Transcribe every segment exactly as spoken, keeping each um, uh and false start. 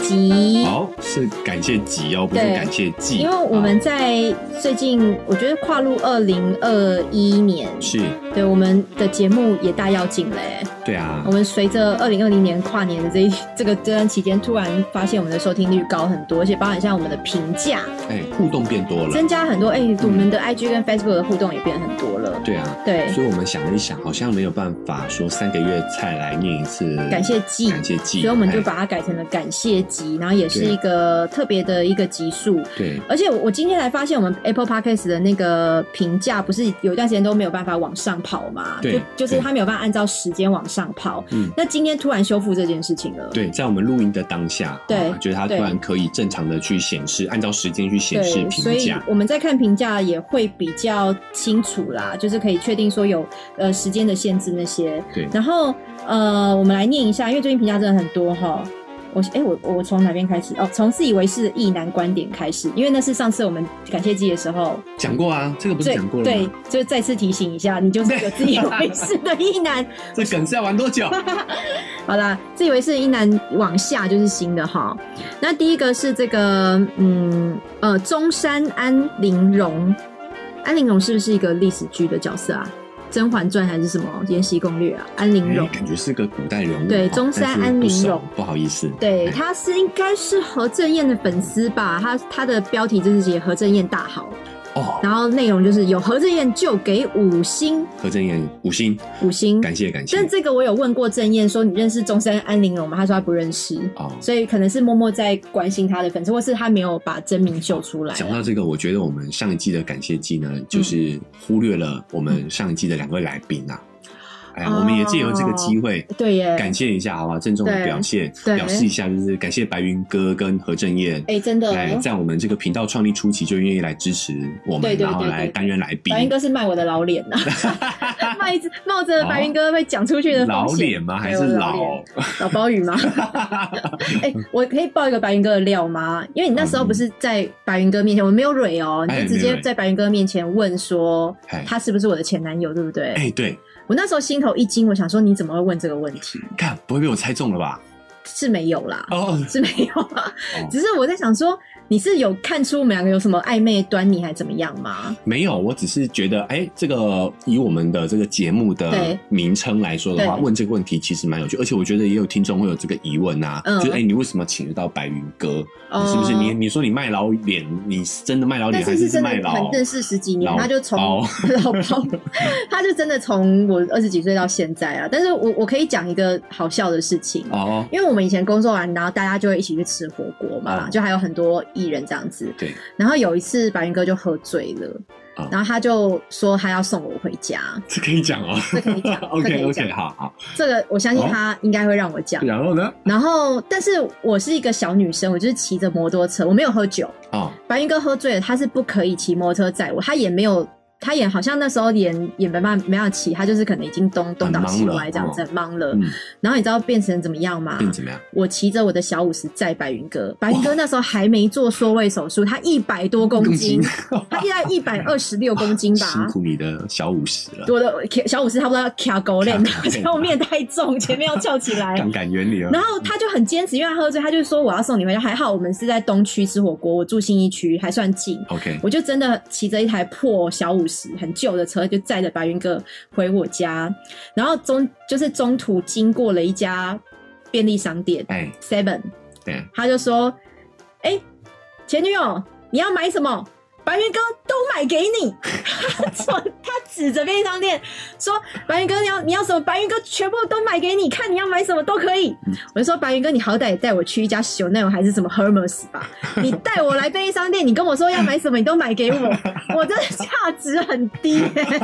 集。 好，是感谢集哦，不是感谢季。 因为我们在最近，我觉得跨入二零二一年， 是对我们的节目也大要紧嘞。 对啊， 我们随着二零二零年跨年的这一这个这段期间，突然发现我们的收听率高很多，而且包含像我们的评价， 哎、欸，互动变多了， 增加很多。哎、欸，我们的 I G 跟 Facebook 的互动也变很多了。 对啊， 对， 所以我们想了一想，好像没有办法说三个月才来念一次感谢季， 感谢季， 所以我们就把它改成了感谢集，然后也是一个特别的一个集数。 对， 而且我今天才发现，我们 Apple Podcast 的那个评价不是有一段时间都没有办法往上跑嘛？ 对， 就就是它没有办法按照时间往上跑。 嗯， 那今天突然修复这件事情了。 对，在我们录音的当下， 对， 啊、就是它突然可以正常的去显示，按照时间去显示评价， 所以我们在看评价也会比较清楚啦，就是可以确定说有呃时间的限制那些。 对， 然后呃，我们来念一下，因为最近评价真的很多哈。我哎、欸，我我从哪边开始？哦，从自以为是的异男观点开始，因为那是上次我们感谢季的时候讲过啊，这个不是讲过了吗？ 对，就是再次提醒一下，你就是有自以为是的异男。 这梗是要玩多久？ 好啦，自以为是的异男往下就是新的哈。那第一个是这个，嗯呃，中山安陵容，安陵容是不是一个历史剧的角色啊？《甄嬛传》还是什么《延禧攻略》啊？安陵容、 欸、感觉是个古代人物。 对，中山安陵容， 不好意思， 对，他是应该是何正燕的粉丝吧？他他的标题就是写何正燕大好。哦，然后内容就是有何正燕就给五星， 何正燕五星， 五星， 感谢感谢。 但这个我有问过正燕说你认识中山安陵容吗？他说他不认识，哦，所以可能是默默在关心他的粉丝，或是他没有把真名秀出来。 讲到这个，我觉得我们上一季的感谢季呢，就是忽略了我们上一季的两位来宾啊。哎呀，我们也借由这个机会， 对耶， 感谢一下，好不好？郑重的表现，表示一下，就是感谢白云哥跟何正燕， 哎、欸，真的， 哎，在我们这个频道创立初期就愿意来支持我们， 对对对对， 然后来担任来宾。 白云哥是卖我的老脸呐、啊，卖冒着白云哥被讲出去的风险。 老脸吗？还是老老鲍鱼吗？哎、欸，我可以爆一个白云哥的料吗？因为你那时候不是在白云哥面前，我没有蕊哦，你就直接在白云哥面前问说，他是不是我的前男友，对不对？ 哎、欸，对。 我那时候心头一惊，我想说你怎么会问这个问题？ 看，不会被我猜中了吧？ 是没有啦， 哦， 是没有啦，哦、只是我在想说，你是有看出我们两个有什么暧昧端倪，还怎么样吗？ 没有，我只是觉得，哎、欸，这个以我们的这个节目的名称来说的话，问这个问题其实蛮有趣，而且我觉得也有听众会有这个疑问啊，嗯、就是哎、欸，你为什么请得到白云哥？哦、你是不是你你说你卖老脸，你真的卖老脸还是卖老？ 很认识十几年，他就从老包，他就真的从我二十几岁到现在啊。但是我我可以讲一个好笑的事情哦，因为我们以前工作完，然后大家就会一起去吃火锅嘛，哦、就还有很多艺人这样子。 对。 然后有一次白云哥就喝醉了。哦、然后他就说他要送我回家， 这可以讲哦， 这可以讲 ，OK OK， 好好， 这个我相信他应该会让我讲。 哦、然后呢？ 然后，但是我是一个小女生，我就是骑着摩托车，我没有喝酒。哦，白云哥喝醉了，他是不可以骑摩托车载我，他也没有。他也好像那时候也也没办法没办法骑，他就是可能已经东东倒西歪这样子，很忙了。嗯、然后你知道变成怎么样吗？ 变怎么样？ 我骑着我的小五十载白云哥，白云哥那时候还没做缩胃手术，他一百多公斤，他现在一百二十六公斤吧。 辛苦你的小五十了。 我的小五十差不多要卡狗脸，后面太重，前面要翘起来。 杠杆原理了。 然后他就很坚持，因为他喝醉，他就说我要送你回家。还好我们是在东区吃火锅，我住信义区，还算近。 OK， 我就真的骑着一台破小五十，很旧的车。就载着白云哥回我家，然后中就是中途经过了一家便利商店，哎 ，Seven， 对，他就说，哎、欸，前女友，你要买什么？白云哥都买给你。他说他指着便利商店说：“白云哥，你要你要什么？白云哥全部都买给你，看你要买什么都可以。嗯”我就说：“白云哥，你好歹带我去一家Chanel还是什么 Hermes 吧？你带我来便利商店，你跟我说要买什么，你都买给我，我真的价值很低、欸。”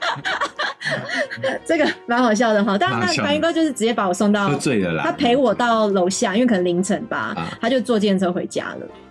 这个蛮好笑的哈。当然，那白云哥就是直接把我送到喝醉了啦， 他陪我到楼下，因为可能凌晨吧，啊、他就坐计程车回家了。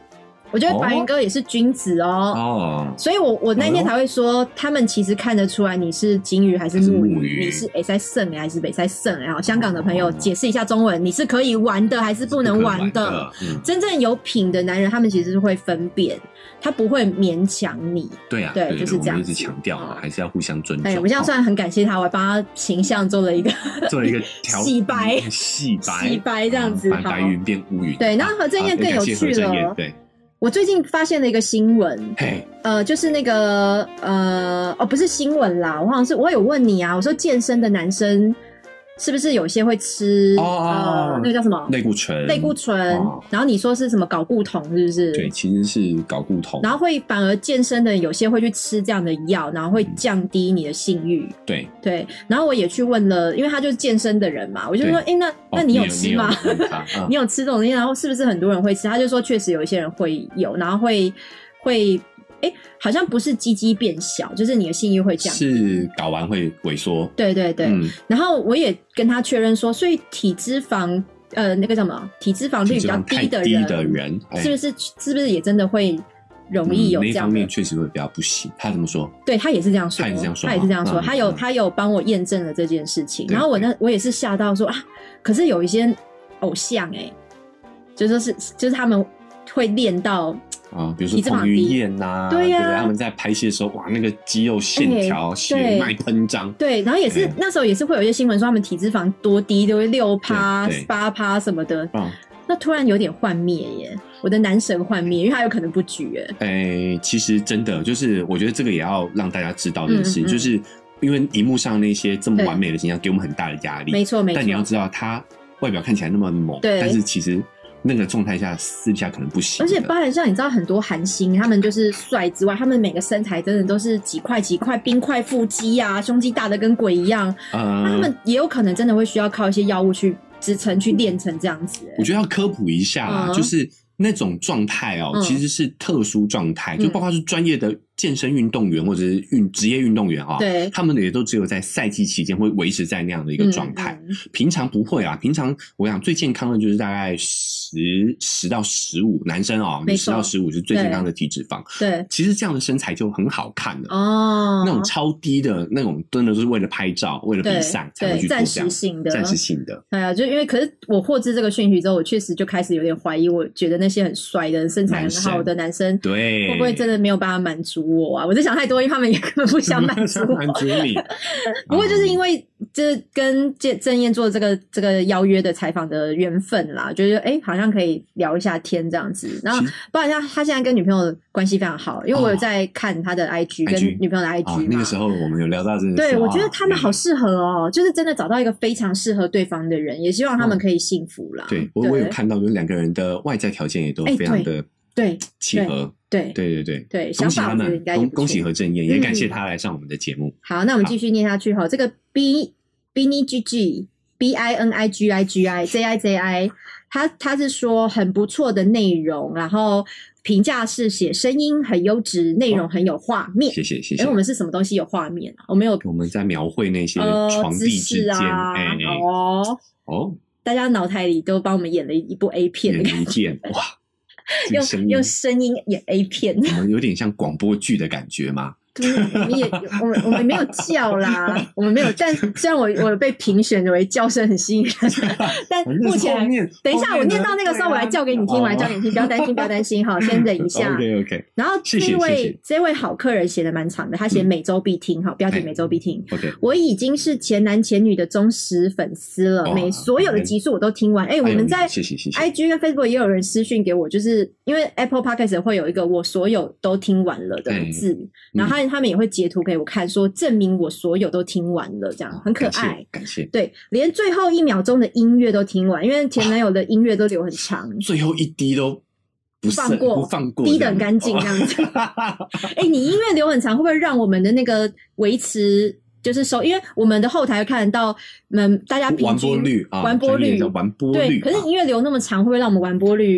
我觉得白云哥也是君子哦，哦，所以我我那天才会说，他们其实看得出来你是金鱼还是木鱼，你是会使耍还是不会使耍。然后香港的朋友解释一下中文，你是可以玩的还是不能玩的？玩的嗯、真正有品的男人，他们其实是会分辨，他不会勉强你。 对啊，对，对就是这样。我们一直强调嘛，还是要互相尊重。 哎，我们这样算很感谢他，我还帮他形象做了一个做了一个洗白， 洗白， 洗白这样子， 把白云变乌云。 对，然后何正燕更有趣了，对。我最近发现了一个新闻，呃，就是那个呃，哦，不是新闻啦，我好像是我有问你啊，我说健身的男生是不是有些会吃、哦、呃那个叫什么类固醇？ 类固醇、哦，然后你说是什么睾固酮，是不是？ 对，其实是睾固酮。 然后会反而健身的有些会去吃这样的药，然后会降低你的性欲。嗯、 对对，然后我也去问了，因为他就是健身的人嘛，我就说，哎、欸，那那你有吃吗？哦、你, 有你, 你有吃这种东西，然后是不是很多人会吃？他就说，确实有一些人会有，然后会会。哎、欸，好像不是鸡鸡变小，就是你的性欲会降低， 是睾丸会萎缩。 对对对、嗯，然后我也跟他确认说，所以体脂肪呃那个叫什么体脂肪率比较低的人， 低的人是不是是不是也真的会容易有这样的、嗯、那方面确实会比较不行。他怎么说？ 对他也是这样说， 他也是这样说， 他也是这样说，嗯、他有、嗯、他有帮我验证了这件事情。然后我那我也是吓到说啊，可是有一些偶像哎、欸，就说是就是他们会练到。 啊，比如说彭于晏呐，对呀、啊，对，他们在拍戏的时候，哇，那个肌肉线条、血脉喷张， 对，然后也是、欸、那时候也是会有一些新闻说他们体脂肪多低，都会六趴、八趴什么的，嗯，那突然有点幻灭耶，我的男神幻灭，因为他有可能不举耶。 哎、欸，其实真的就是，我觉得这个也要让大家知道的是，嗯嗯就是因为荧幕上那些这么完美的形象给我们很大的压力， 没错没错。 但你要知道，他外表看起来那么猛，对，但是其实。那个状态下私底下可能不行， 而且包含像你知道很多韩星，他们就是帅之外，他们每个身材真的都是几块几块冰块腹肌啊，胸肌大的跟鬼一样，嗯，他们也有可能真的会需要靠一些药物去支撑，去练成这样子。 我觉得要科普一下啦，嗯、就是那种状态哦，其实是特殊状态、嗯，就包括是专业的健身运动员或者是运职业运动员哈，对，他们也都只有在赛季期间会维持在那样的一个状态、嗯嗯，平常不会啊。平常我想最健康的就是大概十十到十五，男生哦，十到十五是最健康的体脂肪。对，其实这样的身材就很好看了哦。那种超低的那种，真的都是为了拍照、为了比赛才会去做这样，暂时性的， 暂时性的。 哎呀，就因为可是我获知这个讯息之后，我确实就开始有点怀疑，我觉得那些很帅的、身材很好的男生，对，会不会真的没有办法满足我啊？我在想太多，因为他们也根本不想满足我。 满足你。 不过就是因为这跟郑燕做这个这个邀约的采访的缘分啦，觉得哎、欸，好像可以聊一下天这样子。然后包括他他现在跟女朋友的关系非常好，因为我有在看他的 I G、哦、跟女朋友的 I G 嘛、哦。那个时候我们有聊到这个。 对，我觉得他们好适合哦、嗯，就是真的找到一个非常适合对方的人，也希望他们可以幸福啦。 嗯、对，我我有看到，就是两个人的外在条件也都非常的、欸。对，契合，对，对对对对，恭喜他们，恭恭喜何正燕、嗯，也感谢他来上我们的节目。 好，那我们继续念下去哈。这个 B B N I G G B I N I G I G I J I J I， 他他是说很不错的内容，然后评价是写声音很优质，内容很有画面。 谢谢谢谢。 哎，我们是什么东西有画面啊？我们有我们在描绘那些床地之间、呃啊欸、哦哦，大家脑海里都帮我们演了一部 A 片的感觉，哇。 用用声音演 A 片， 我们有点像广播剧的感觉吗？ 对，我们也我们我们没有叫啦，我们没有。但虽然我我被评选为叫声很吸引人，但目前等一下我念到那个时候，我来叫给你听，我来叫给你听，不要担心，不要担心哈，先忍一下。 OK OK。 然后这位这位好客人写的蛮长的，他写每周必听，哈，标题每周必听。OK。我已经是前男前女的忠实粉丝了，每所有的集数我都听完。哎，我们在 I G 跟 Facebook 也有人私讯给我，就是因为 Apple Podcast 会有一个我所有都听完了的字，然后他。他们也会截图给我看，说证明我所有都听完了，这样很可爱。 感谢，感谢。 对，连最后一秒钟的音乐都听完，因为前男友的音乐都留很长， 最后一滴都不放过， 不放过， 滴得很干净这样子。哎、欸，你音乐留很长，会不会让我们的那个维持？就是收，因为我们的后台看得到，嗯，大家平均完播率啊， 完播率， 完播率， 对。可是音乐流那么长，会不会让我们完播率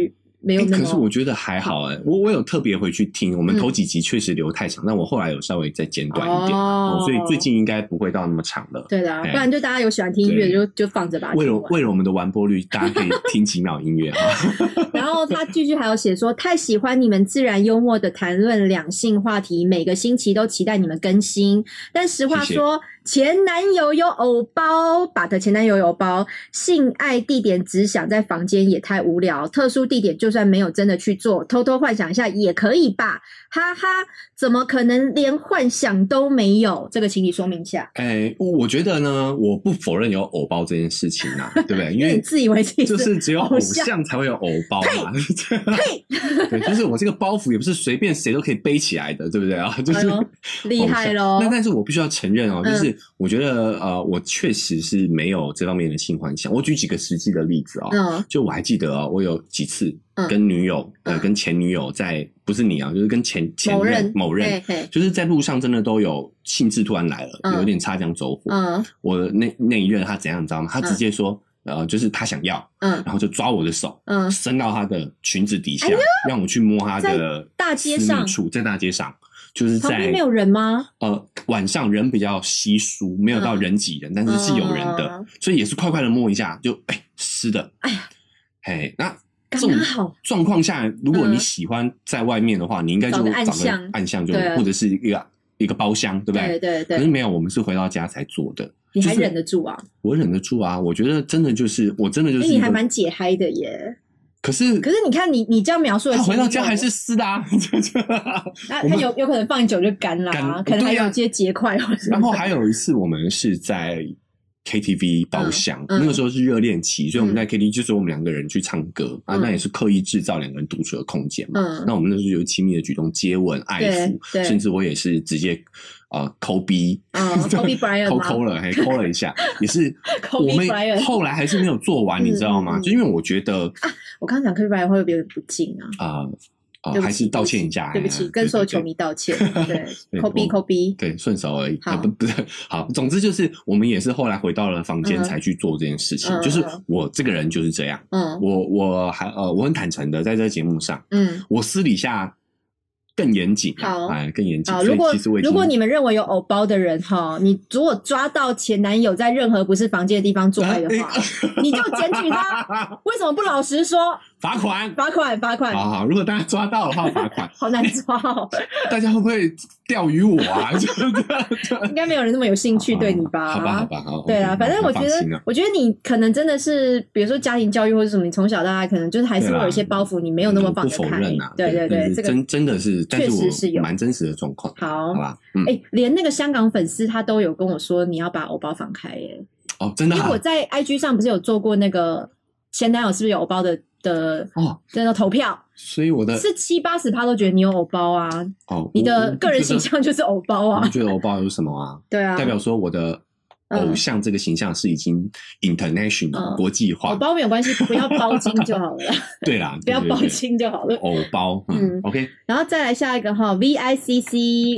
没有那么、欸。 可是我觉得还好哎、欸，我我有特别回去听，我们头几集确实留太长，嗯、但我后来有稍微再剪短一点、哦哦，所以最近应该不会到那么长了。 对的、啊，不然就大家有喜欢听音乐就就放着吧。 为了为了我们的完播率，大家可以听几秒音乐哈。 然后他继续还有写说，太喜欢你们自然幽默的谈论两性话题，每个星期都期待你们更新。但实话说，谢谢前男友有偶包，把的前男友有偶包，性爱地点只想在房间也太无聊，特殊地点就算没有真的去做，偷偷幻想一下也可以吧，哈哈，怎么可能连幻想都没有？这个请你说明一下。 哎、欸，我觉得呢，我不否认有偶包这件事情啊，对不对？因为自以为自己就是只有偶像才会有偶包嘛。 呸！ 对，就是我这个包袱也不是随便谁都可以背起来的，对不对啊？就是厉害咯。 那但是我必须要承认哦，就是我觉得、嗯、呃，我确实是没有这方面的性幻想。我举几个实际的例子哦，嗯、就我还记得哦，我有几次跟女友、嗯、呃跟前女友在，不是你啊，就是跟前前某任某任嘿嘿， 就是在路上真的都有兴致突然来了，嗯、有点擦枪走火。嗯，我那那一任他怎样你知道吗？他直接说。嗯呃，就是他想要，嗯，然后就抓我的手，嗯，伸到他的裙子底下，哎、让我去摸他的大街上处，在大街上，就是在旁边没有人吗？ 呃，晚上人比较稀疏，没有到人挤人，嗯、但是是有人的，嗯、所以也是快快的摸一下，就哎湿的，哎呀，嘿，那这种状况下，如果你喜欢在外面的话，嗯、你应该就找个暗巷，就或者是一个一个包厢，对不对？ 对对对。 可是没有，我们是回到家才做的。 你还忍得住啊？ 就是、我忍得住啊！我觉得真的就是，我真的就是。 你还蛮解嗨的耶。 可是， 可是你看你你这样描述的， 他回到家还是湿的啊。 那他有有可能放久就干啦，可能还有些结块。 然后还有一次，我们是在 K T V 包厢，嗯嗯、那个时候是热恋期，所以我们在 K T V 就是我们两个人去唱歌、嗯、啊，那也是刻意制造两个人独处的空间嘛。嗯、那我们那时候有亲密的举动，接吻、爱抚，甚至我也是直接。呃，抠逼， 嗯 ，Kobe Bryant 抠抠了，还抠了一下，也是我们后来还是没有做完，你知道吗？就因为我觉得啊，我刚刚讲 Kobe Bryant 会不会有点不敬啊？ 啊啊，还是道歉一下， 对不起，跟所有球迷道歉。对，抠逼抠逼， 对，顺手而已。不不是好，总之就是我们也是后来回到了房间才去做这件事情。就是我这个人就是这样，嗯，我我还呃，我很坦诚的在这个节目上，嗯，我私底下。更严谨， 好， 哎，更严谨。 好，如果如果你们认为有偶包的人哈，你如果抓到前男友在任何不是房间的地方做爱的话，你就检举他。为什么不老实说？ 罚款， 罚款，罚款。 好好，如果大家抓到的话，罚款。 好难抓哦。 大家会不会钓鱼我啊？ 应该没有人那么有兴趣对你吧？ 好吧，好吧，好。 对啊，反正我觉得，我觉得你可能真的是，比如说家庭教育或者什么，你从小到大可能就是还是会有一些包袱，你没有那么放得开。 不否认啊， 对对对，这个真真的是， 确实是有蛮真实的状况。 好， 好吧， 嗯，哎，连那个香港粉丝他都有跟我说，你要把偶包放开耶。 哦，真的。 因为我在 I G 上不是有做过那个前男友是不是有偶包的的哦，那个投票， 所以我的是七八十趴都觉得你有偶包啊。哦，你的个人形象就是偶包啊。 你觉得偶包有什么啊？ 对啊， 代表说我的偶像这个形象是已经 international、嗯、国际化。 偶包没有关系，不要包金就好了。 对啦， 不要包金就好了。 偶包，嗯, 嗯 ，OK。 然后再来下一个哈 ，V I C C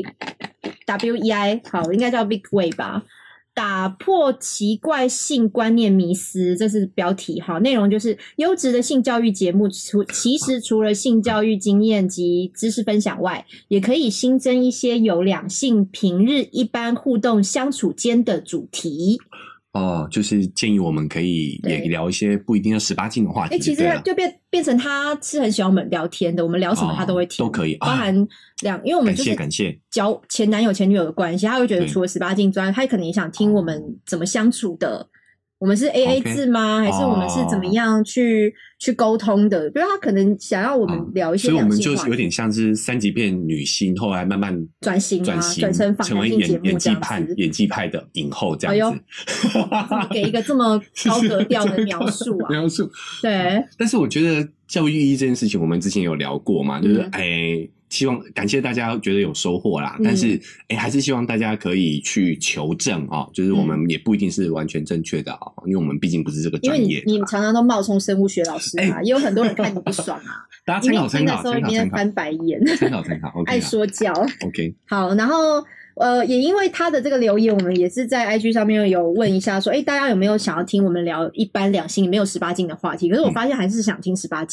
W E I， 好，应该叫 Big Way 吧。打破奇怪性观念迷思，这是标题哈。内容就是优质的性教育节目，除其实除了性教育经验及知识分享外，也可以新增一些有两性平日一般互动相处间的主题。 哦，就是建议我们可以也聊一些不一定要十八禁的话题。 哎、欸，其实就变变成他是很喜欢我们聊天的，我们聊什么他都会听， 哦、都可以， 包含两、啊，因为我们就是感谢交前男友前女友的关系，他会觉得除了十八禁之外，他可能也想听我们怎么相处的。我们是 A A 制吗？ Okay. 还是我们是怎么样去、哦、去沟通的？比如他可能想要我们聊一些两性话题、 哦、所以我们就是有点像是三级片女星，后来慢慢转型转型， 转成访谈性节目， 演技派演技派的影后这样子。 哎呦，给一个这么高格调的描述啊！ 描述对， 但是我觉得教育意义这件事情，我们之前有聊过嘛，就是哎。嗯希望感谢大家觉得有收获啦，嗯、但是哎、欸，还是希望大家可以去求证啊、喔，就是我们也不一定是完全正确的啊、喔，因为我们毕竟不是这个专业。 因为你你常常都冒充生物学老师啊，欸、也有很多人看你不爽啊， 大家参考参考， 参考参考，翻白眼， 参考参考， okay、 爱说教。 OK， 好，然后呃，也因为他的这个留言，我们也是在 I G 上面有问一下说，哎、欸，大家有没有想要听我们聊一般两性没有十八禁的话题？可是我发现还是想听十八禁。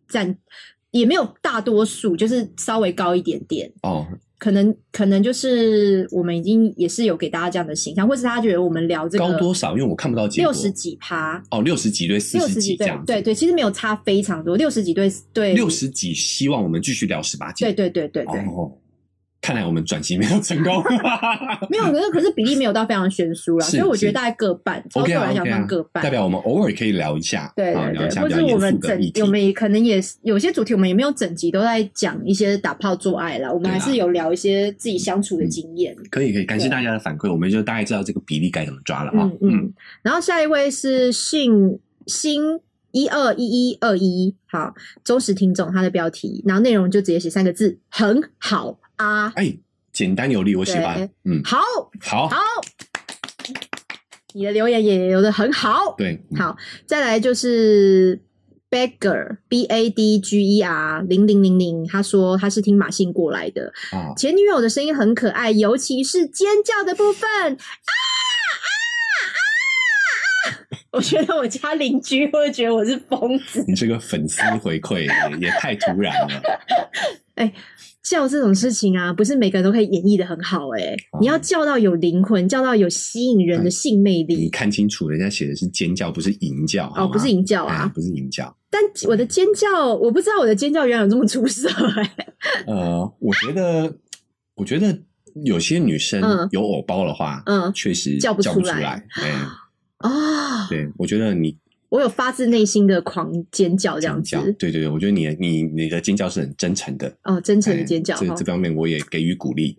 占，也没有大多数，就是稍微高一点点哦。 可能可能就是我们已经也是有给大家这样的形象，或是他觉得我们聊这个高多少？因为我看不到结果。 六十几趴哦，六十几对四十几这样子。 对对，其实没有差非常多，六十几对对六十几，希望我们继续聊十八禁。 对对对对对。 哦，看来我们转型没有成功。 没有，可是可是比例没有到非常悬殊啦，所以我觉得大概各半，操作来讲算各半， 代表我们偶尔可以聊一下， 对对对，或者我们整，我们也可能也有些主题，我们也没有整集都在讲一些打炮做爱啦，我们还是有聊一些自己相处的经验。 可以可以，感谢大家的反馈，我们就大概知道这个比例该怎么抓了啊。 嗯嗯，然后下一位是信新一二一一二一，好，忠实听众，他的标题，然后内容就直接写三个字，很好啊， 哎。简单有力，我喜欢。嗯， 好， 好， 好，你的留言也留得很好。 对， 嗯、好，再来就是 Bagger B A D G E R 零零零零，他说他是听马信过来的。啊，前女友的声音很可爱，尤其是尖叫的部分。啊啊啊啊！我觉得我家邻居会觉得我是疯子。 你这个粉丝回馈 也, 也太突然了。 哎、欸。叫这种事情啊，不是每个人都可以演绎的很好哎、欸哦，你要叫到有灵魂，叫到有吸引人的性魅力。 你看清楚，人家写的是尖叫，不是淫叫哦，不是淫叫啊， 哎、不是淫叫。 但我的尖叫，我不知道我的尖叫原来有这么出色哎、欸。 呃，我觉得，我觉得有些女生有偶包的话，嗯，确实叫不出来。 对哦， 对，我觉得你。 我有发自内心的狂尖叫这样子， 对对对，我觉得你你你的尖叫是很真诚的哦，真诚的尖叫， 这这方面我也给予鼓励。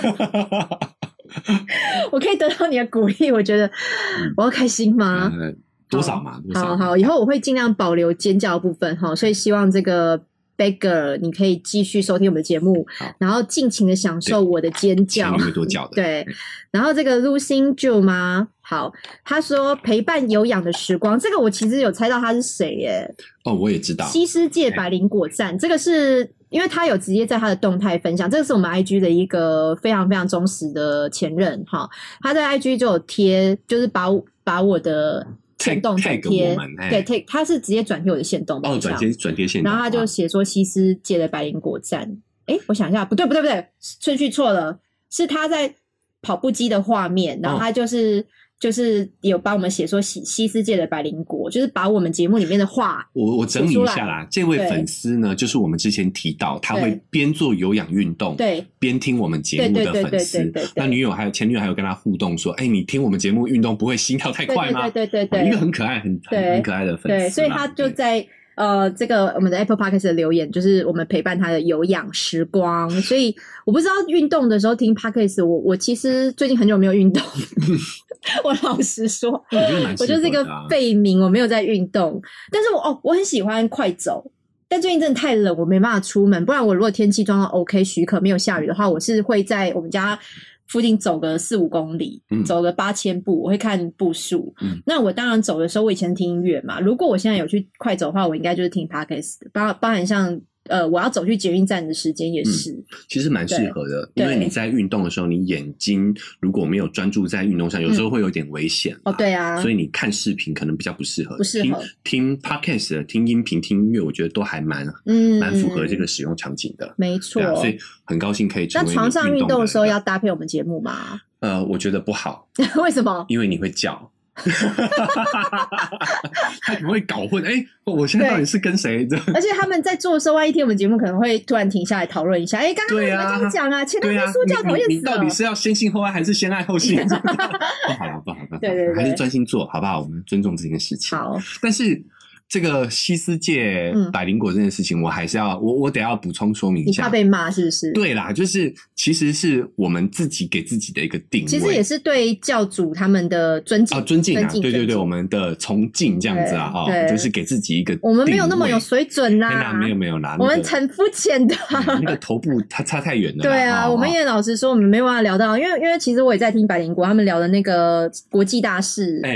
我可以得到你的鼓励，我觉得我要开心吗？ 嗯、多少嘛？多少？ 好好，以后我会尽量保留尖叫的部分哈，所以希望这个 Bagger 你可以继续收听我们的节目，然后尽情的享受我的尖叫， 越多叫的对。然后这个 Lucing Ju 吗？好，他说陪伴有氧的时光，这个我其实有猜到他是谁耶。 哦，我也知道。 西施界百灵果站，这个是因为他有直接在他的动态分享，这个是我们 I G 的一个非常非常忠实的前任哈，他在 I G 就有贴，就是把把我的限动转贴，对 take 他是直接转贴我的限动， 哦，转贴转贴限动， 然后他就写说西施界的百灵果站，哎，我想一下，不对不对不对，顺序错了，是他在跑步机的画面，然后他就是。哦就是有帮我们写说西西施界的百灵果，就是把我们节目里面的话， 我我整理一下啦。这位粉丝呢，就是我们之前提到，他会边做有氧运动， 对， 边听我们节目的粉丝。那女友还有前女友还有跟他互动说，哎、欸，你听我们节目运动不会心跳太快吗？ 对对对 对, 对， 一个很可爱、很很可爱的粉丝。 对，所以他就在。呃，这个我们的 Apple Podcast 的留言就是我们陪伴他的有氧时光，所以我不知道运动的时候听 Podcast， 我我其实最近很久没有运动，我老实说， 我觉得蛮、啊、 我就是一个废民，我没有在运动，但是我哦，我很喜欢快走，但最近真的太冷，我没办法出门，不然我如果天气状况 OK 许可，没有下雨的话，我是会在我们家附近走个四五公里，嗯、走个八千步，我会看步数、嗯。那我当然走的时候，我以前听音乐嘛。如果我现在有去快走的话，我应该就是听 Podcast， 包包含像呃，我要走去捷运站的时间也是、嗯， 其实蛮适合的，因为你在运动的时候，你眼睛如果没有专注在运动上，有时候会有点危险、 嗯。哦，对啊， 所以你看视频可能比较不适合， 不适合听, 听 Podcast 听音频、听音乐，我觉得都还蛮嗯蛮符合这个使用场景的。 没错、啊， 所以很高兴可以成为你运动的。 那床上运动的时候要搭配我们节目吗？ 呃，我觉得不好。 为什么？ 因为你会叫。他可能会搞混，哎、欸，我现在到底是跟谁？ 而且他们在做的时候，万一听我们节目，可能会突然停下来讨论一下。哎、欸，刚刚为什么这样讲啊？前面在说教，讨厌死了。 你到底是要先性后爱，还是先爱后性？不好了，不好了， 对对对， 还是专心做好不好？我们尊重这件事情。 好， 但是。这个西施界百灵果这件事情，我还是要我我得要补充说明一下。 你怕被骂是不是？ 对啦，就是其实是我们自己给自己的一个定位， 其实也是对教主他们的尊敬啊，尊敬啊，对对对，我们的崇敬这样子啊，哈、哦，就是给自己一个定位。 我们没有那么有水准啦， 啦没有没有啦， 我们很肤浅的、 那個嗯，那个头部它差太远了。 对啊、哦，我们也老实说，我们没办法聊到，因为因为其实我也在听百灵果他们聊的那个国际大事，哎、欸。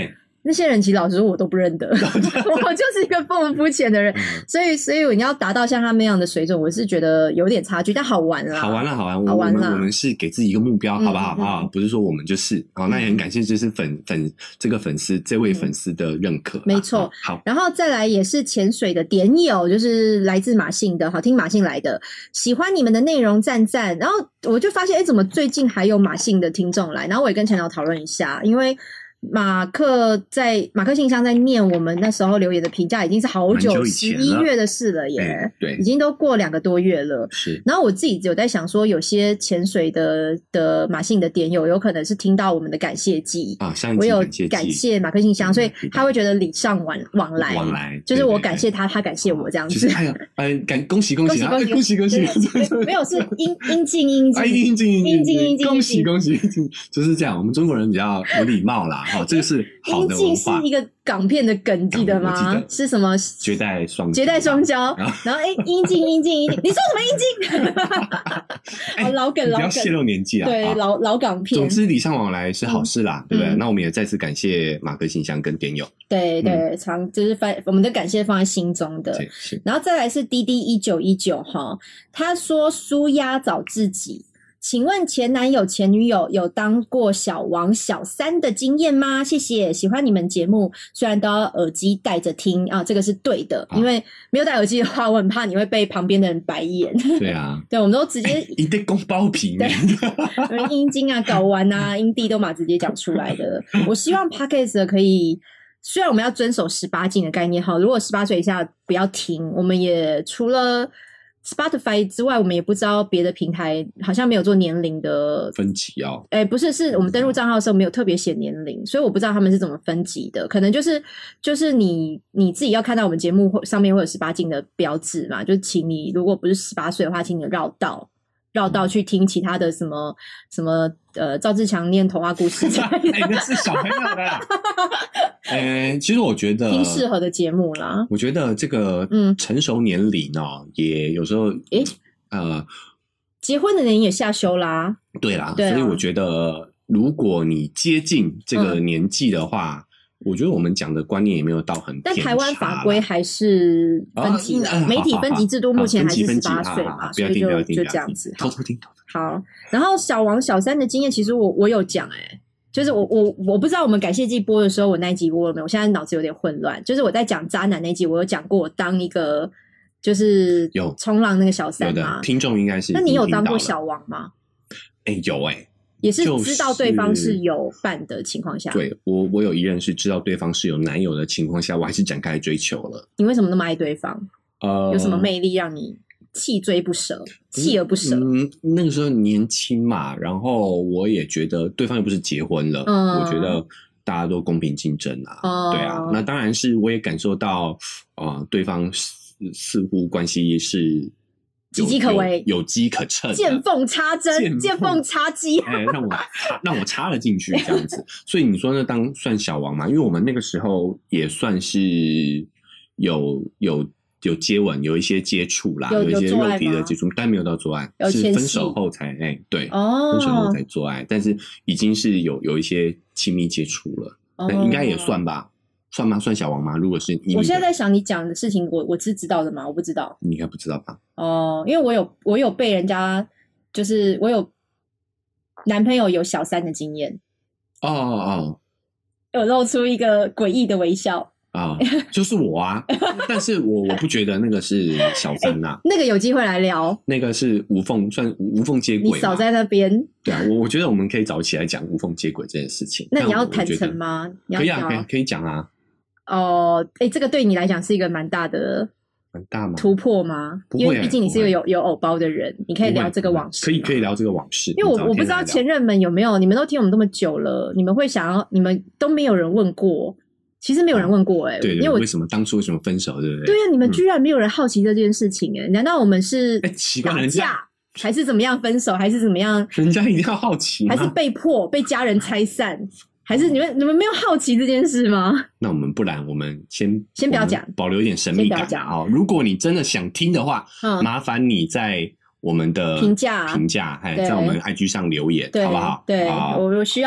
那些人其实老实说我都不认得，我就是一个不肤浅的人，所以所以你要达到像他们那样的水准，我是觉得有点差距，但好玩啦， 好玩啦，好玩， 好玩啦。 我们我们是给自己一个目标，好不好？嗯嗯啊，不是说我们就是好，那也很感谢这是粉粉这个粉丝这位粉丝的认可， 没错。 好， 然后再来也是潜水的点友，就是来自马信的，好听马信来的，喜欢你们的内容，赞赞。然后我就发现，哎，怎么最近还有马信的听众来？然后我也跟陈导讨论一下，因为马克在马克信箱在念我们那时候留言的评价，已经是好久十一月的事了耶， 欸、对， 已经都过两个多月了。 是， 然后我自己有在想说，有些潜水的的马信的点友，有可能是听到我们的感谢祭啊，上一集我有感谢马克信箱，嗯、所以他会觉得礼尚往往来， 往来， 就是我感谢他，他感谢我这样子。 其实还有，哎，感恭喜恭喜恭喜恭喜恭喜！ 没有是应应尽应尽， 应尽应尽应尽， 恭喜恭喜！就是这样，我们中国人比较有礼貌啦。好，这个是好的文化。 是一个港片的梗，记得吗？是什么？ 绝代双绝代双骄。然后哎，阴茎阴茎阴茎，你说什么阴茎？好老梗老梗， 不要泄露年纪啊！ 对，老老港片。 总之礼尚往来是好事啦，对不对？那我们也再次感谢马克信箱跟点友。 对对，常就是放我们的感谢放在心中的。然后再来是滴滴一九一九哈，他说舒压找自己。请问前男友前女友有当过小王小三的经验吗？谢谢，喜欢你们节目，虽然都要耳机戴着听啊，这个是对的，啊、因为没有戴耳机的话，我很怕你会被旁边的人白眼。 对啊， 对，我们都直接一定公包皮， 对，阴茎啊、睾丸啊、阴蒂都嘛直接讲出来的。我希望 Podcast 可以，虽然我们要遵守十八禁的概念哈，如果十八岁以下不要听，我们也除了Spotify 之外，我们也不知道别的平台好像没有做年龄的分级哦。 哎、欸，不是，是我们登录账号的时候没有特别写年龄，所以我不知道他们是怎么分级的。可能就是就是你你自己要看到我们节目上面会有十八禁的标志嘛，就请你如果不是十八岁的话，请你绕道绕道去听其他的什么什么呃赵自强念童话故事之类的。 哎、欸，那是小朋友的啦。呃、欸，其实我觉得听适合的节目啦。 我觉得这个成熟年龄呢、喔，嗯、也有时候，诶、欸，呃， 结婚的人也下修啦。 对啦，对啊、所以我觉得，如果你接近这个年纪的话，嗯、我觉得我们讲的观念也没有到很偏差。 但台湾法规还是分级的，啊、媒体分级制度目前还是十八岁嘛，所以就就这样子。 偷偷听，偷偷听。 好，然后小王小三的经验，其实我我有讲哎、欸。就是我我我不知道我们感谢季播的时候，我那一集播了没有？我现在脑子有点混乱。就是我在讲渣男那一集，我有讲过我当一个就是有冲浪那个小三嘛。 听众应该是， 那你有当过小王吗？ 哎、欸，有哎、欸， 也是知道对方是有伴的情况下。 就是、对我我有一任是知道对方是有男友的情况下，我还是展开追求了。 你为什么那么爱对方？呃，有什么魅力让你弃追不舍，锲而不舍？ 嗯，那个时候年轻嘛，然后我也觉得对方又不是结婚了，嗯、我觉得大家都公平竞争啊，嗯、对啊。那当然是我也感受到，啊、呃，对方似乎关系是岌岌可危， 有机可乘， 见缝插针，见缝插鸡， 哎、欸，让我插让我插了进去这样子。所以你说那当算小王嘛？因为我们那个时候也算是有有。有接吻，有一些接触啦，有, 有一些肉体的接触，但没有到做爱，是分手后才哎、欸，对，哦，分手后才做爱，但是已经是有有一些亲密接触了，哦、那应该也算吧？算吗？算小王吗？如果是你， 我现在在想你讲的事情，我我是知道的吗？我不知道， 你应该不知道吧？ 哦，因为我有我有被人家，就是我有男朋友有小三的经验， 哦哦， 有露出一个诡异的微笑。 啊、哦，就是我啊，但是我我不觉得那个是小三呐、啊欸， 那个有机会来聊， 那个是无缝算无缝接轨， 你少在那边。 对啊，我我觉得我们可以早起来讲无缝接轨这件事情。 那你要坦诚吗？你要可以啊，可以可以讲啊。 哦，哎、欸，这个对你来讲是一个蛮大的蛮大吗？ 突破吗？ 不会、啊， 因为毕竟你是一个有有偶包的人，你可以聊这个往事。 可以可以聊这个往事， 因为我我不知道前任们有没有，你们都听我们这么久了，你们会想要，你们都没有人问过。其实没有人问过哎、欸， 对， 因为我为什么当初为什么分手，对不对？ 对啊，你们居然没有人好奇这件事情哎、欸，嗯、难道我们是哎奇怪人家还是怎么样分手，还是怎么样？ 人家一定要好奇吗？ 还是被迫被家人拆散？还是你们你们没有好奇这件事吗？ 那我们不然我们先先不要讲， 保留一点神秘感啊、哦！如果你真的想听的话，嗯、麻烦你在我们的评价评价，哎，在我们 I G 上留言，好不好？ 对，啊、我需要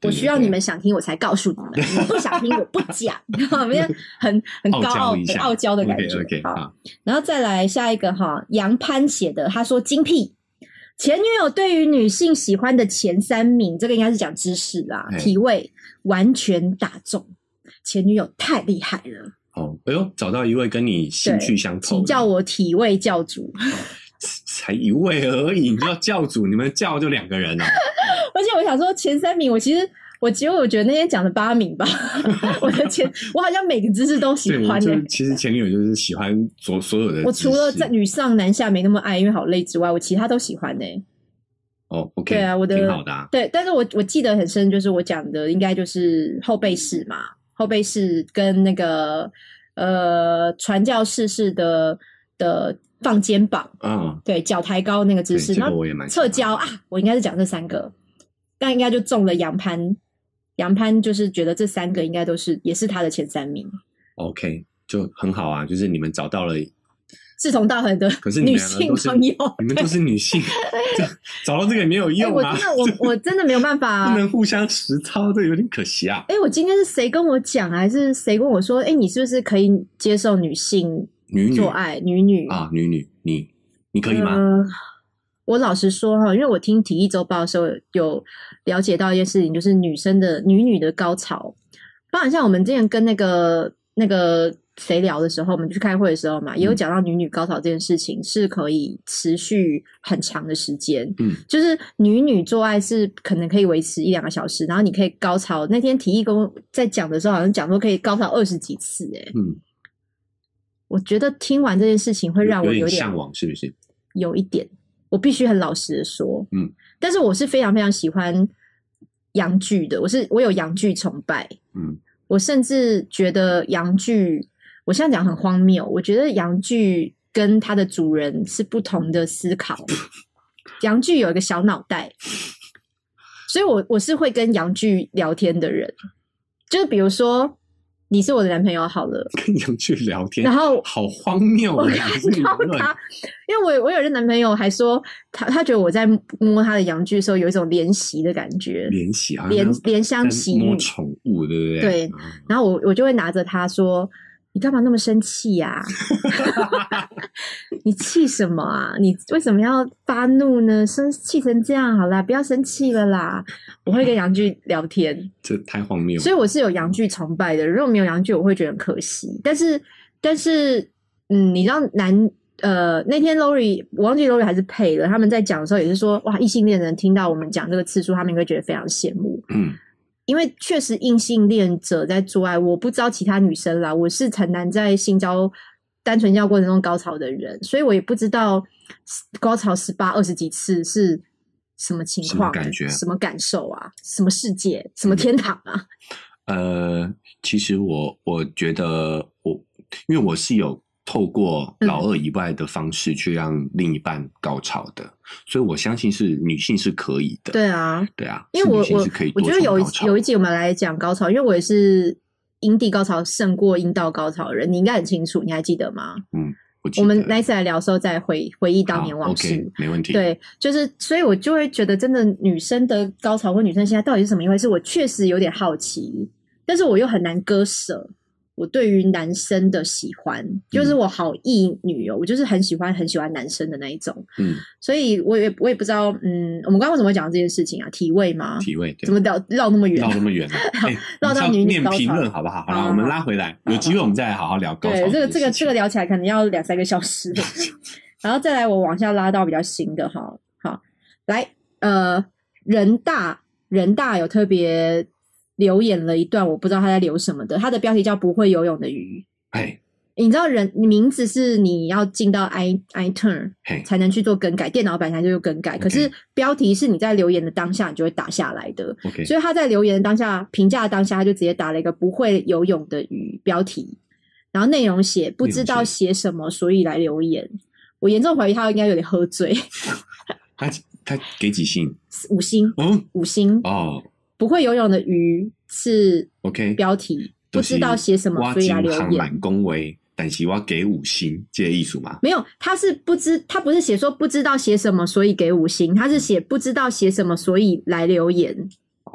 我需要你们想听我才告诉你们，你们不想听我不讲，没有很很高傲、很傲娇的感觉。 Okay, okay, 好，好， 然后再来下一个哈，杨潘写的，他说精辟。前女友对于女性喜欢的前三名，这个应该是讲知识啦，体位完全打中，前女友太厉害了。 哦，哎呦，找到一位跟你兴趣相投， 请叫我体位教主。 才一位而已，你知道教主，你们教就两个人哦。 而且我想说前三名，我其实我其实我觉得那天讲的八名吧，我的前我好像每个姿势都喜欢的、欸。 其实前女友就是喜欢所所有的姿势， 我除了在女上男下没那么爱，因为好累之外，我其他都喜欢呢、欸。 哦 ，OK， 对啊，我的挺好的、啊。 对，但是我我记得很深，就是我讲的应该就是后背式嘛，后背式跟那个呃传教士式的的。放肩膀，嗯，对，脚抬高那个姿势，然后侧交啊，我应该是讲这三个，但应该就中了杨潘。杨潘就是觉得这三个应该都是也是他的前三名。 OK， 就很好啊，就是你们找到了志同道合的女性朋友， 你们都是女性，找到这个也没有用啊！ 欸、我真的我我真的没有办法、啊， 不能互相实操，这有点可惜啊！ 哎、欸，我今天是谁跟我讲，还是谁跟我说？哎、欸，你是不是可以接受女性？ 女女做爱，女女啊，女女，你你可以吗？ 呃、我老实说哈，因为我听体育周报的时候有了解到一件事情，就是女生的女女的高潮，包含像我们之前跟那个那个谁聊的时候，我们去开会的时候嘛，也有讲到女女高潮这件事情是可以持续很长的时间，嗯，就是女女做爱是可能可以维持一两个小时，然后你可以高潮。那天体育工在讲的时候，好像讲说可以高潮二十几次、欸，哎，嗯。我觉得听完这件事情会让我有点向往，是不是？ 有一点，我必须很老实的说，嗯，但是我是非常非常喜欢洋剧的，我是我有洋剧崇拜，嗯，我甚至觉得洋剧，我现在讲很荒谬，我觉得洋剧跟它的主人是不同的思考，洋剧有一个小脑袋，所以我我是会跟洋剧聊天的人，就是比如说。你是我的男朋友好了， 跟杨剧聊天， 然后好荒谬啊！ 我看到他，因为我我有一个男朋友还说他他觉得我在摸他的洋剧的时候有一种怜惜的感觉， 怜惜啊， 怜怜香惜玉， 摸宠物，对不对？ 对，然后我我就会拿着他说。你干嘛那么生气呀、啊？你气什么啊？你为什么要发怒呢？生气成这样，好啦，不要生气了啦。我会跟洋剧聊天， 这太荒谬了。 所以我是有洋剧崇拜的。如果没有洋剧，我会觉得很可惜。但是，但是，嗯，你知道男呃那天 Lori 我忘记 Lori 还是配了，他们在讲的时候也是说，哇，异性恋人听到我们讲这个次数，他们会觉得非常羡慕。嗯。因为确实异性恋者在做爱，我不知道其他女生啦，我是很难在性交单纯交过程中高潮的人，所以我也不知道高潮十八二十几次是什么情况，什么感觉，什么感受啊，什么世界，什么天堂啊？ 嗯、呃，其实我我觉得我因为我是有透过老二以外的方式去让另一半高潮的，嗯、所以我相信是女性是可以的。 对啊， 对啊， 因为我我我觉得有一有一集我们来讲高潮，因为我也是阴蒂高潮胜过阴道高潮的人，你应该很清楚，你还记得吗？嗯，我记得。我们那一次来聊的时候再回回忆当年往事 ，OK， 没问题。 对，就是所以我就会觉得，真的女生的高潮或女生现在到底是什么一回事，我确实有点好奇，但是我又很难割舍。我对于男生的喜欢，就是我好异女哦，我就是很喜欢很喜欢男生的那一种，嗯，所以我也我也不知道，嗯，我们刚刚为什么会讲这件事情啊？体位吗？ 体位，对， 怎么绕绕那么远？ 绕那么远呢？ 绕到女念评论好不好？好了，我们拉回来，有机会我们再来好好聊高潮。 对，这个这个这个聊起来可能要两三个小时，然后再来我往下拉到比较新的哈，好，来，呃，人大人大有特别。留言了一段，我不知道他在留什么的。他的标题叫“不会游泳的鱼”。哎，你知道人名字是你要进到 i iTurn 才能去做更改，电脑版才就更改。Okay. 可是标题是你在留言的当下你就会打下来的。Okay. 所以他在留言的当下评价的当下，他就直接打了一个“不会游泳的鱼”标题，然后内容写不知道写什么，所以来留言。我严重怀疑他应该有点喝醉。 他他给几星？ 五星。嗯，五星。 哦。 不会游泳的鱼是 OK 标题，不知道写什么，所以来留言。 满恭维，但是我给五星，这个意思吗？ 没有，他是不知，他不是写说不知道写什么，所以给五星，他是写不知道写什么，所以来留言。 哦，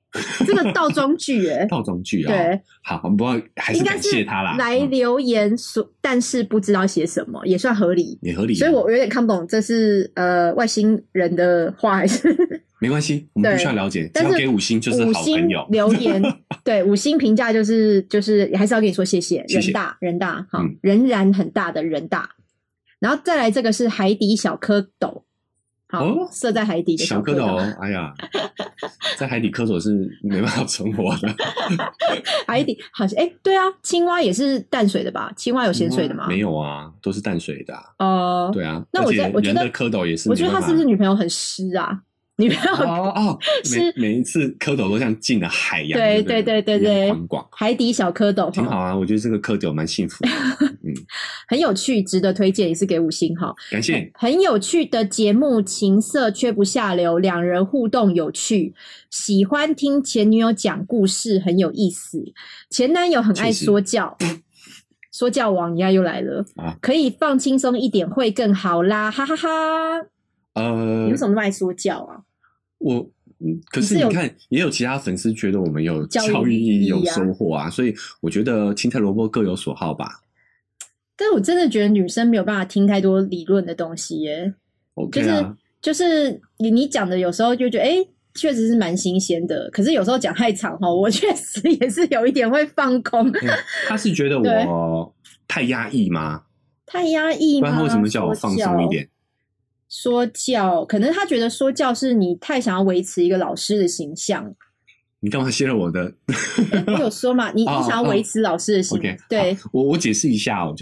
这个倒装句哎、欸， 倒装句啊。 对， 好，不过还是感谢他啦。 来留言说，嗯、但是不知道写什么，也算合理， 也合理、啊。 所以我有点看不懂，这是呃外星人的话还是？ 没关系，我们不需要了解，只要给五星就是好朋友。 留言对五星评价就是就是还是要跟你说谢谢， 谢谢人大人大好、 嗯， 仍然很大的人大。然后再来这个是海底小蝌蚪。好，哦、设在海底的小蝌蚪，哎呀，在海底蝌蚪是没办法存活的。 海底好像，哎、欸，对啊，青蛙也是淡水的吧？青蛙有咸水的吗？ 没有啊，都是淡水的、啊。 哦、呃， 对啊， 那我在我觉得人的蝌蚪也是， 我觉得他是不是女朋友很湿啊？女朋友哦哦，每每一次蝌蚪都像进了海洋， 对对对对对， 宽广海底小蝌蚪挺好啊，我觉得这个蝌蚪蛮幸福的，嗯， 很有趣，值得推荐，也是给五星哈， 感谢。 很有趣的节目，情色却不下流，两人互动有趣，喜欢听前女友讲故事，很有意思。前男友很爱说教，说教王你看又来了、啊，可以放轻松一点会更好啦，哈哈哈哈。呃，你为什么那么爱说教啊？ 我，可是你看，也有其他粉丝觉得我们有教育意义、有收获啊，所以我觉得青菜萝卜各有所好吧。 但是我真的觉得女生没有办法听太多理论的东西耶。 OK 啊， 就是就是你你讲的有时候就觉得哎，确实是蛮新鲜的，可是有时候讲太长哈，我确实也是有一点会放空。 嗯、他是觉得我太压抑吗？ 太压抑吗？ 不然他为什么叫我放松一点？ 说教，可能他觉得说教是你太想要维持一个老师的形象。 你干嘛泄露我的？ 欸、我有说嘛，你你想要维持老师的形象。 哦哦、 对， 我我解释一下哦，就是，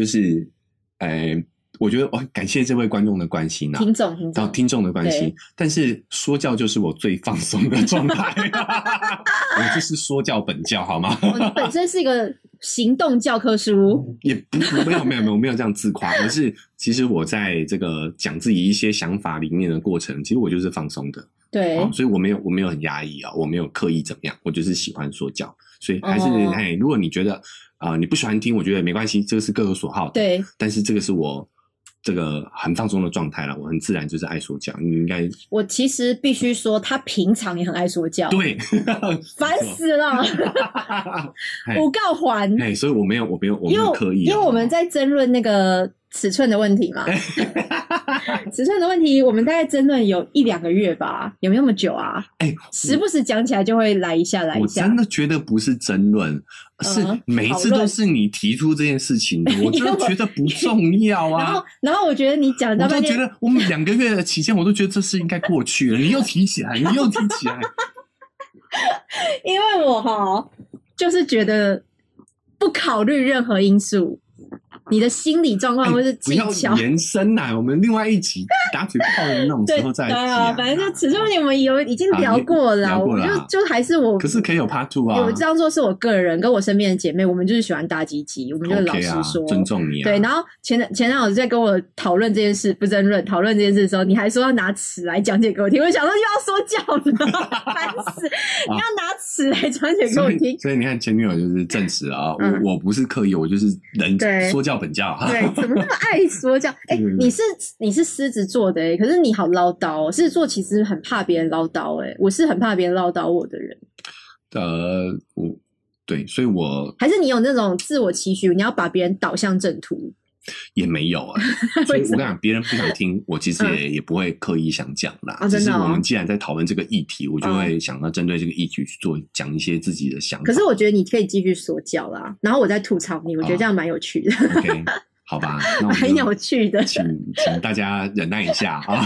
呃，我觉得哦，感谢这位观众的关心啊， 听众听众听众的关心。但是说教就是我最放松的状态，我就是说教本教好吗？ 哦、你本身是一个行动教科书， 也不没有没有没有我没有这样自夸，而是其实我在这个讲自己一些想法里面的过程，其实我就是放松的。 对、 哦，所以我没有我没有很压抑啊，我没有刻意怎么样，我就是喜欢说教，所以还是哎、哦，如果你觉得啊、呃、你不喜欢听，我觉得没关系，这个是各有所好的。 对，但是这个是我这个很放松的状态了，我很自然就是爱说教。你应该， 我其实必须说，他平常也很爱说教， 对， 烦死了，我告还， 哎，所以我没有我没有我没有刻意、啊， 因为我们在争论那个尺寸的问题嘛。尺寸的问题，我们大概争论有一两个月吧，有没有那么久啊？哎、欸，时不时讲起来就会来一下来一下。 我真的觉得不是争论，是每一次都是你提出这件事情的，我就觉得不重要啊。 然后，然后我觉得你讲到半天， 我都觉得我们两个月的期间，我都觉得这事应该过去了。你又提起来，你又提起来， 因为我哈就是觉得不考虑任何因素。你的心理状况或是技巧， 欸、不要延伸呐、啊！我们另外一集打嘴炮的那种时候再讲、啊。 对，反正就尺寸问题，我们有已经聊过了， 啊、 我就就还是我。 可是可以有 part two 啊！ 我这样做是我个人跟我身边的姐妹，我们就是喜欢大鸡鸡，我们就老实说， okay 啊、尊重你、啊。 对，然后前前男友在跟我讨论这件事，不争论讨论这件事的时候，你还说要拿尺来讲解给我听，我想说又要说教了，烦死！你要拿尺来讲解给我听。 所以, 所以你看前女友就是证实了啊、嗯，我我不是刻意，我就是人说教本教。 对，怎么那么爱说教？哎、欸，你是你是狮子座的哎、欸，可是你好唠叨哦。狮子座其实很怕别人唠叨哎、欸，我是很怕别人唠叨我的人。 呃，我对，所以我还是你有那种自我期许，你要把别人导向正途。 也没有啊，所以我跟你讲，别人不想听，我其实也、嗯、也不会刻意想讲啦、 啊。 只是我们既然在讨论这个议题，我就会想要针对这个议题去做讲一些自己的想法。 可是我觉得你可以继续说教啦，然后我再吐槽你，我觉得这样蛮有趣的。 哦、OK。好吧，那我蛮有趣的， 请请大家忍耐一下啊。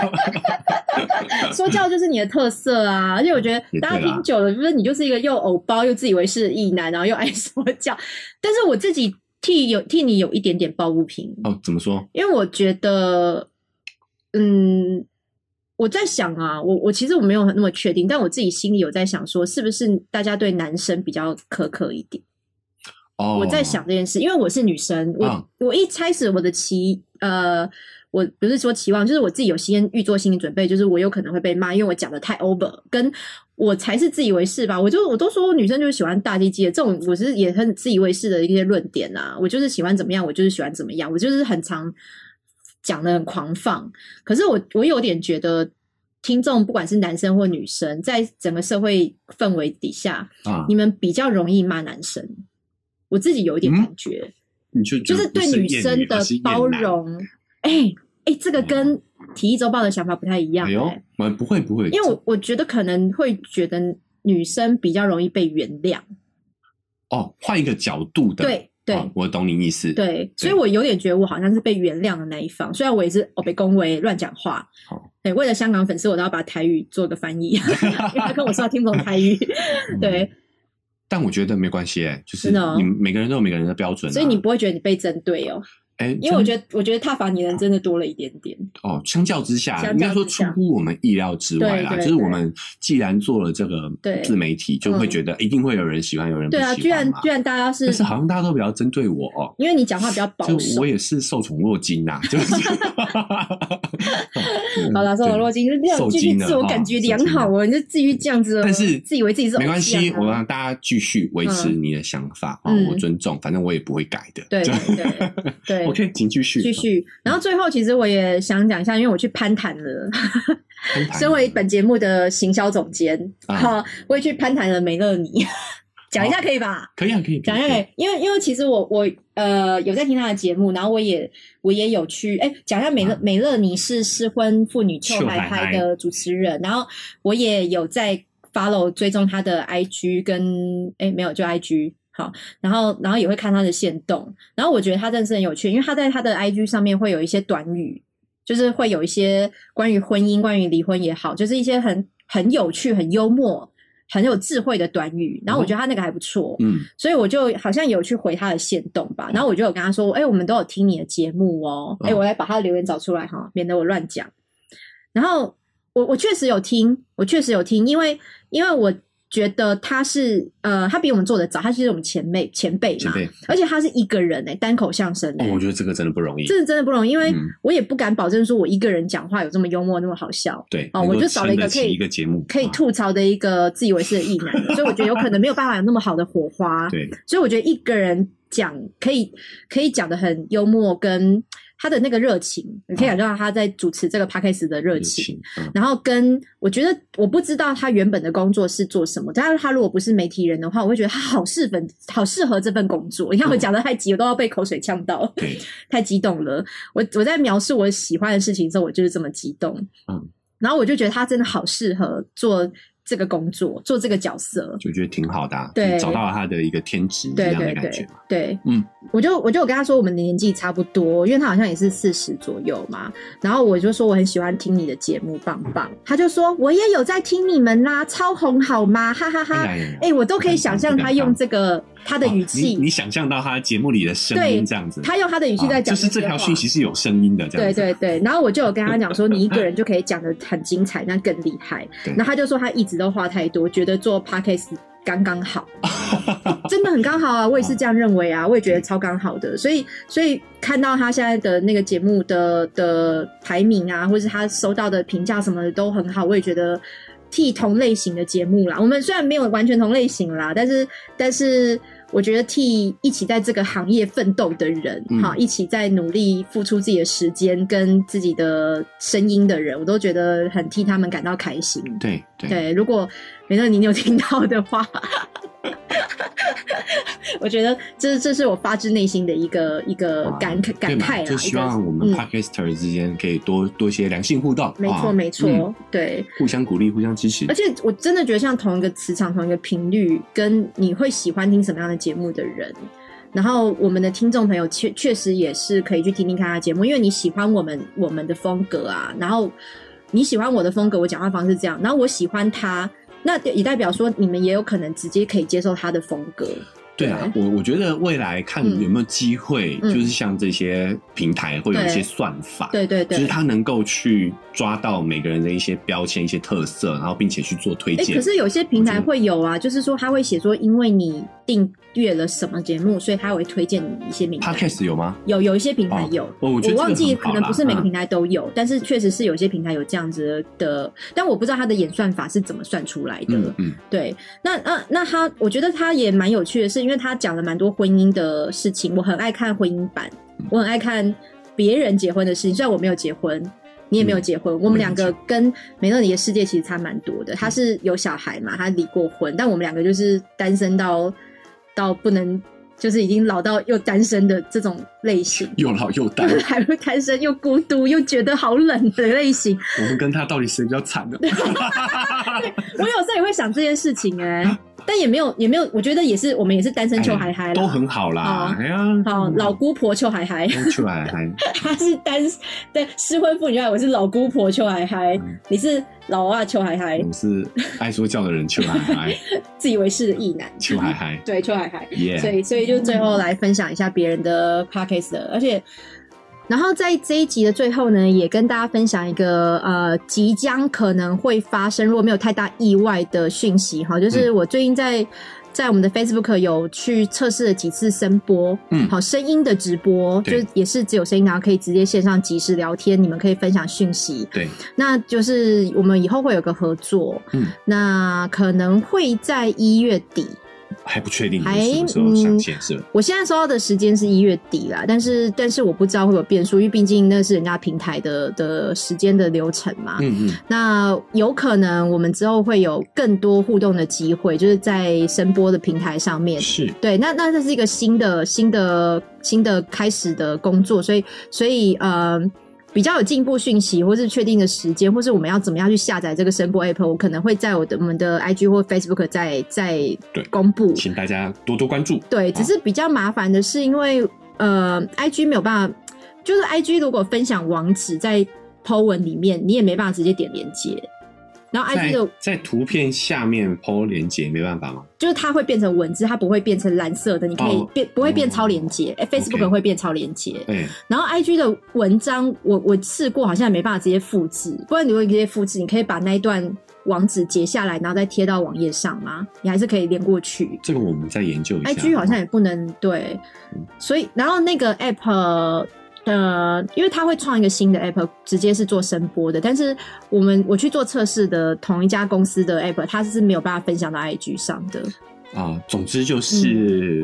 说教就是你的特色啊，而且我觉得大家听久了，就是你就是一个又偶包又自以为是的异男，然后又爱说教。但是我自己替有替你有一点点抱不平哦，怎么说？ 因为我觉得，嗯，我在想啊，我我其实我没有那么确定，但我自己心里有在想说，是不是大家对男生比较苛刻一点？ 哦， 我在想这件事，因为我是女生，我、嗯、我一开始我的期呃，我不是说期望，就是我自己有先预做心理准备，就是我有可能会被骂，因为我讲的太 over， 跟我才是自以为是吧？我就我都说女生就是喜欢大鸡鸡的这种，我是也很自以为是的一些论点啊。我就是喜欢怎么样，我就是喜欢怎么样，我就是很常讲的很狂放。可是我我有点觉得， 听众不管是男生或女生，在整个社会氛围底下，啊、你们比较容易骂男生。我自己有一点感觉， 嗯、就就是对女生的包容。哎哎、欸欸，这个跟体育周报的想法不太一样、欸。哎呦，不会不会， 因为我我觉得可能会觉得女生比较容易被原谅。 哦，换一个角度的， 对。对、哦， 我懂你意思。 对，所以我有点觉得我好像是被原谅的那一方，虽然我也是我被恭维乱讲话。好，对，为了香港粉丝，我都要把台语做个翻译，因为他跟我说他听不懂台语。对、嗯， 但我觉得没关系、欸，就是你每个人都有每个人的标准、啊， 所以你不会觉得你被针对哦。哎、欸，因为我觉得，我觉得踏伐你的人真的多了一点点。 哦，相较之下，应该说出乎我们意料之外啦。就是我们既然做了这个自媒体，就会觉得一定会有人喜欢，有人不喜欢嘛。 对啊，居然居然大家是， 但是好像大家都比较针对我哦， 因为你讲话比较保守。 我也是受宠若惊呐，就是。 好啦，受宠若惊，就继续自我感觉良好哦，你就至于这样子， 但是自以为自己是没关系，我让大家继续维持你的想法啊，我尊重，反正我也不会改的。 对对对 ，OK， 请继续。 继续，然后最后其实我也想讲一下，因为我去攀谈了，身为本节目的行销总监，好、啊，我也去攀谈了美乐妮，讲一下可以吧？ 可以啊，可以讲一下可以，因为因为其实我我呃有在听他的节目，然后我也我也有去哎讲一下美乐、啊、美乐妮是失婚妇女臭嗨嗨的主持人，然后我也有在 follow 追踪他的 I G 跟哎没有就 I G。好，然后然后也会看他的限动，然后我觉得他真的是很有趣，因为他在他的 I G 上面会有一些短语，就是会有一些关于婚姻、关于离婚也好，就是一些很很有趣、很幽默、很有智慧的短语，然后我觉得他那个还不错，嗯，所以我就好像有去回他的限动吧，然后我就有跟他说，哎、欸，我们都有听你的节目哦，哎、欸，我来把他的留言找出来哈，免得我乱讲。然后我我确实有听，我确实有听，因为因为我。觉得他是呃，他比我们做得早，他是我们前辈前辈嘛，而且他是一个人哎、欸，单口相声哎、欸哦，我觉得这个真的不容易， 这是真的不容易，因为我也不敢保证说我一个人讲话有这么幽默那么好笑， 对哦，我就找了一个可以一个节目可以吐槽的一个自以为是的异男，所以我觉得有可能没有办法有那么好的火花， 对， 所以我觉得一个人讲可以可以讲得很幽默跟。他的那个热情，你可以感觉到他在主持这个 podcast 的热情，嗯、然后跟我觉得我不知道他原本的工作是做什么，但是他如果不是媒体人的话，我会觉得他好适合好适合这份工作。你看我讲得太急，我都要被口水呛到， 对， 太激动了。我我在描述我喜欢的事情的时候，我就是这么激动，嗯，然后我就觉得他真的好适合做。这个工作做这个角色就觉得挺好的、啊、 对， 找到了他的一个天职这样的感觉嘛， 对对对，嗯，我就我就有跟他说我们的年纪差不多，因为他好像也是四十左右嘛，然后我就说我很喜欢听你的节目，棒棒，他就说我也有在听你们啦，超红好吗？哈哈哈哈，哎、欸，我都可以想象他用这个他的语气、哦、 你, 你想象到他节目里的声音这样子， 他用他的语气在讲、 啊，就是这条讯息是有声音的这样子， 对对对，然后我就有跟他讲说你一个人就可以讲得很精彩，那更厉害，然后他就说他一直都话太多，觉得做 podcast 刚刚好真的很刚好啊，我也是这样认为啊，我也觉得超刚好的，所以所以看到他现在的那个节目的的排名啊，或是他收到的评价什么的都很好，我也觉得替同类型的节目啦，我们虽然没有完全同类型啦，但是但是我觉得替一起在这个行业奋斗的人、嗯、一起在努力付出自己的时间跟自己的声音的人，我都觉得很替他们感到开心。 对 对, 对，如果美乐妮你有听到的话我觉得这这是我发自内心的一个一个感感慨啦， 就希望我们 podcaster 之间可以多、嗯、多一些良性互动， 没错没错、嗯、对， 互相鼓励互相支持， 而且我真的觉得像同一个磁场同一个频率跟你会喜欢听什么样的节目的人，然后我们的听众朋友确确实也是可以去听听看他的节目，因为你喜欢我们我们的风格啊，然后你喜欢我的风格，我讲话方式这样，然后我喜欢他，那也代表说你们也有可能直接可以接受他的风格。 对啊，我我觉得未来看有没有机会、嗯、就是像这些平台会有一些算法， 对对对， 就是它能够去抓到每个人的一些标签一些特色，然后并且去做推荐、欸、 可是有些平台会有啊，就是说他会写说因为你订阅了什么节目，所以他会推荐你一些名单。 Podcast 有吗？ 有，有一些平台有、哦、我, 我忘记可能不是每个平台都有、嗯、但是确实是有些平台有这样子的，但我不知道它的演算法是怎么算出来的。嗯嗯，对，那那那他我觉得他也蛮有趣的是，因为他讲了蛮多婚姻的事情，我很爱看婚姻版，我很爱看别人结婚的事情，虽然我没有结婚， 你也没有结婚，嗯、我们两个跟美乐妮的世界其实差蛮多的。他是有小孩嘛，他离过婚，但我们两个就是单身到到不能。就是已经老到又单身的这种类型， 又老又单， 还会单身又孤独又觉得好冷的类型。 我们跟他到底谁比较惨呢？ 我有时候也会想这件事情哎、欸，但也没有也没有，我觉得也是我们也是单身秋嗨嗨、哎、 都很好啦。哎呀， 好老姑婆秋嗨嗨， 秋嗨嗨， 他是单对失婚妇女，我是老姑婆秋嗨嗨，嗯、你是老啊秋嗨嗨， 我是爱说教的人秋嗨嗨， 自以为是的异男秋嗨嗨， 对秋嗨嗨， yeah. 所以所以就最后来分享一下别人的 podcast 的，而且。然后在这一集的最后呢，也跟大家分享一个呃即将可能会发生，如果没有太大意外的讯息哈，就是我最近在、嗯、在我们的 Facebook 有去测试了几次声波，嗯，好声音的直播，就也是只有声音，然后可以直接线上即时聊天，你们可以分享讯息， 对， 那就是我们以后会有个合作，嗯，那可能会在一月底。 还不确定什么时候上线是吧、嗯？ 我现在收到的时间是一月底啦，但是但是我不知道会有变数，因为毕竟那是人家平台的的时间的流程嘛。嗯嗯。那有可能我们之后会有更多互动的机会，就是在声波的平台上面。 是。 对，那那这是一个新的新的新的开始的工作，所以所以呃。比较有进步讯息，或是确定的时间，或是我们要怎么样去下载这个声波 app， 我可能会在我的我们的 I G 或 Facebook 再再公布， 请大家多多关注。 对，只是比较麻烦的是，因为呃 I G 没有办法，就是 I G 如果分享网址在 po 文里面，你也没办法直接点连结。然后 I G 的在, 在图片下面 po 连结没办法吗？ 就是它会变成文字，它不会变成蓝色的，你可以变、哦、不会变超连结、嗯、Facebook okay, 会变超连结、欸。然后 I G 的文章我我试过，好像也没办法直接复制。不然你会直接复制，你可以把那一段网址截下来，然后再贴到网页上吗？你还是可以连过去。 这个我们再研究一下。 I G 好像也不能对，嗯、所以然后那个 App。呃，因为他会创一个新的 app， 直接是做声波的，但是我们我去做测试的同一家公司的 app， 它是没有办法分享到 I G 上的。 啊、呃，总之就是，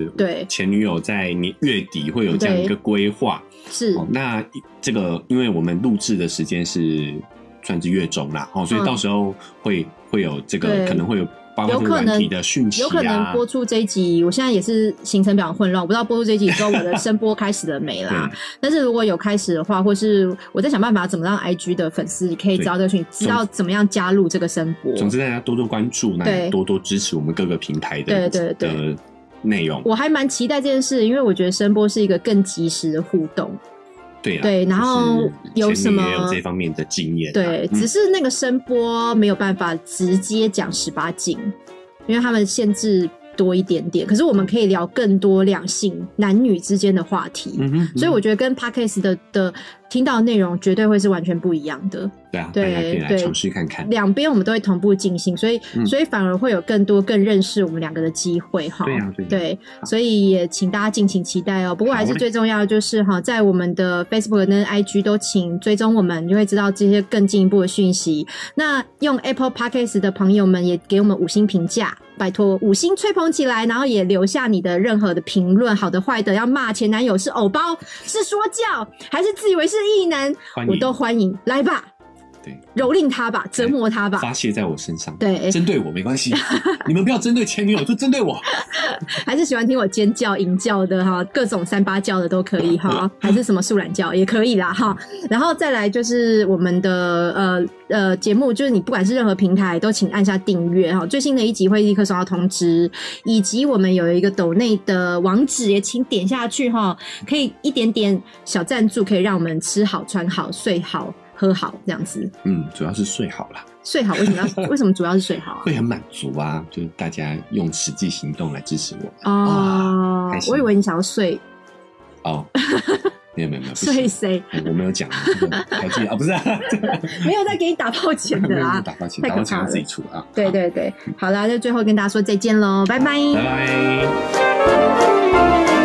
嗯、对前女友在年月底会有这样一个规划。 是、 哦，那这个因为我们录制的时间是算是月中啦，哦，所以到时候会、嗯、会有这个可能会有。 有可能的讯息、啊、 有可能播出这一集，我现在也是行程表很混乱，我不知道播出这一集之后我的声波开始了没啦。但是如果有开始的话，或是我在想办法怎么让 I G 的粉丝可以知道这个讯息，知道怎么样加入这个声波。 总之大家多多关注，那也多多支持我们各个平台的对对对的内容。 我还蛮期待这件事，因为我觉得声波是一个更及时的互动。 对啊， 对，然后有什么也有这方面的经验、啊。 对、嗯，只是那个声波没有办法直接讲十八禁，因为他们限制多一点点。可是我们可以聊更多两性男女之间的话题，嗯哼嗯哼，所以我觉得跟 Podcast 的的听到的内容绝对会是完全不一样的。 对啊，对，大家可以来尝试看看。 两边我们都会同步进行，所以、嗯、所以反而会有更多更认识我们两个的机会哈。 对啊，对啊， 对，所以也请大家敬请期待哦。不过还是最重要的就是哈，在我们的 Facebook 跟 I G 都请追踪我们，就会知道这些更进一步的讯息。那用 Apple Podcast 的朋友们也给我们五星评价，拜托五星吹捧起来，然后也留下你的任何的评论，好的坏的，要骂前男友是偶包是说教还是自以为是异男，我都欢迎，来吧。 对， 蹂躏他吧，折磨他吧， 发泄在我身上。 对， 针对我没关系，你们不要针对前女友，就针对我。 还是喜欢听我尖叫、吟叫的哈，各种三八叫的都可以哈，还是什么素懒叫也可以啦哈。然后再来就是我们的呃呃节目，就是你不管是任何平台都请按下订阅哈，最新的一集会立刻收到通知，以及我们有一个抖内的网址也请点下去哈，可以一点点小赞助，可以让我们吃好、穿好、睡好。喝好这样子， 嗯，主要是睡好啦。 睡好为什么要？为什么主要是睡好啊？ 会很满足啊，就是大家用实际行动来支持我。 哦，我以为你想要睡。 哦，没有没有没有， 睡谁？ 我没有讲，还记得啊？不是、啊， 没有在给你打炮钱的啊， 打炮钱，打炮钱要自己出啊。 对对对，好啦，就最后跟大家说再见喽，拜拜， 拜拜。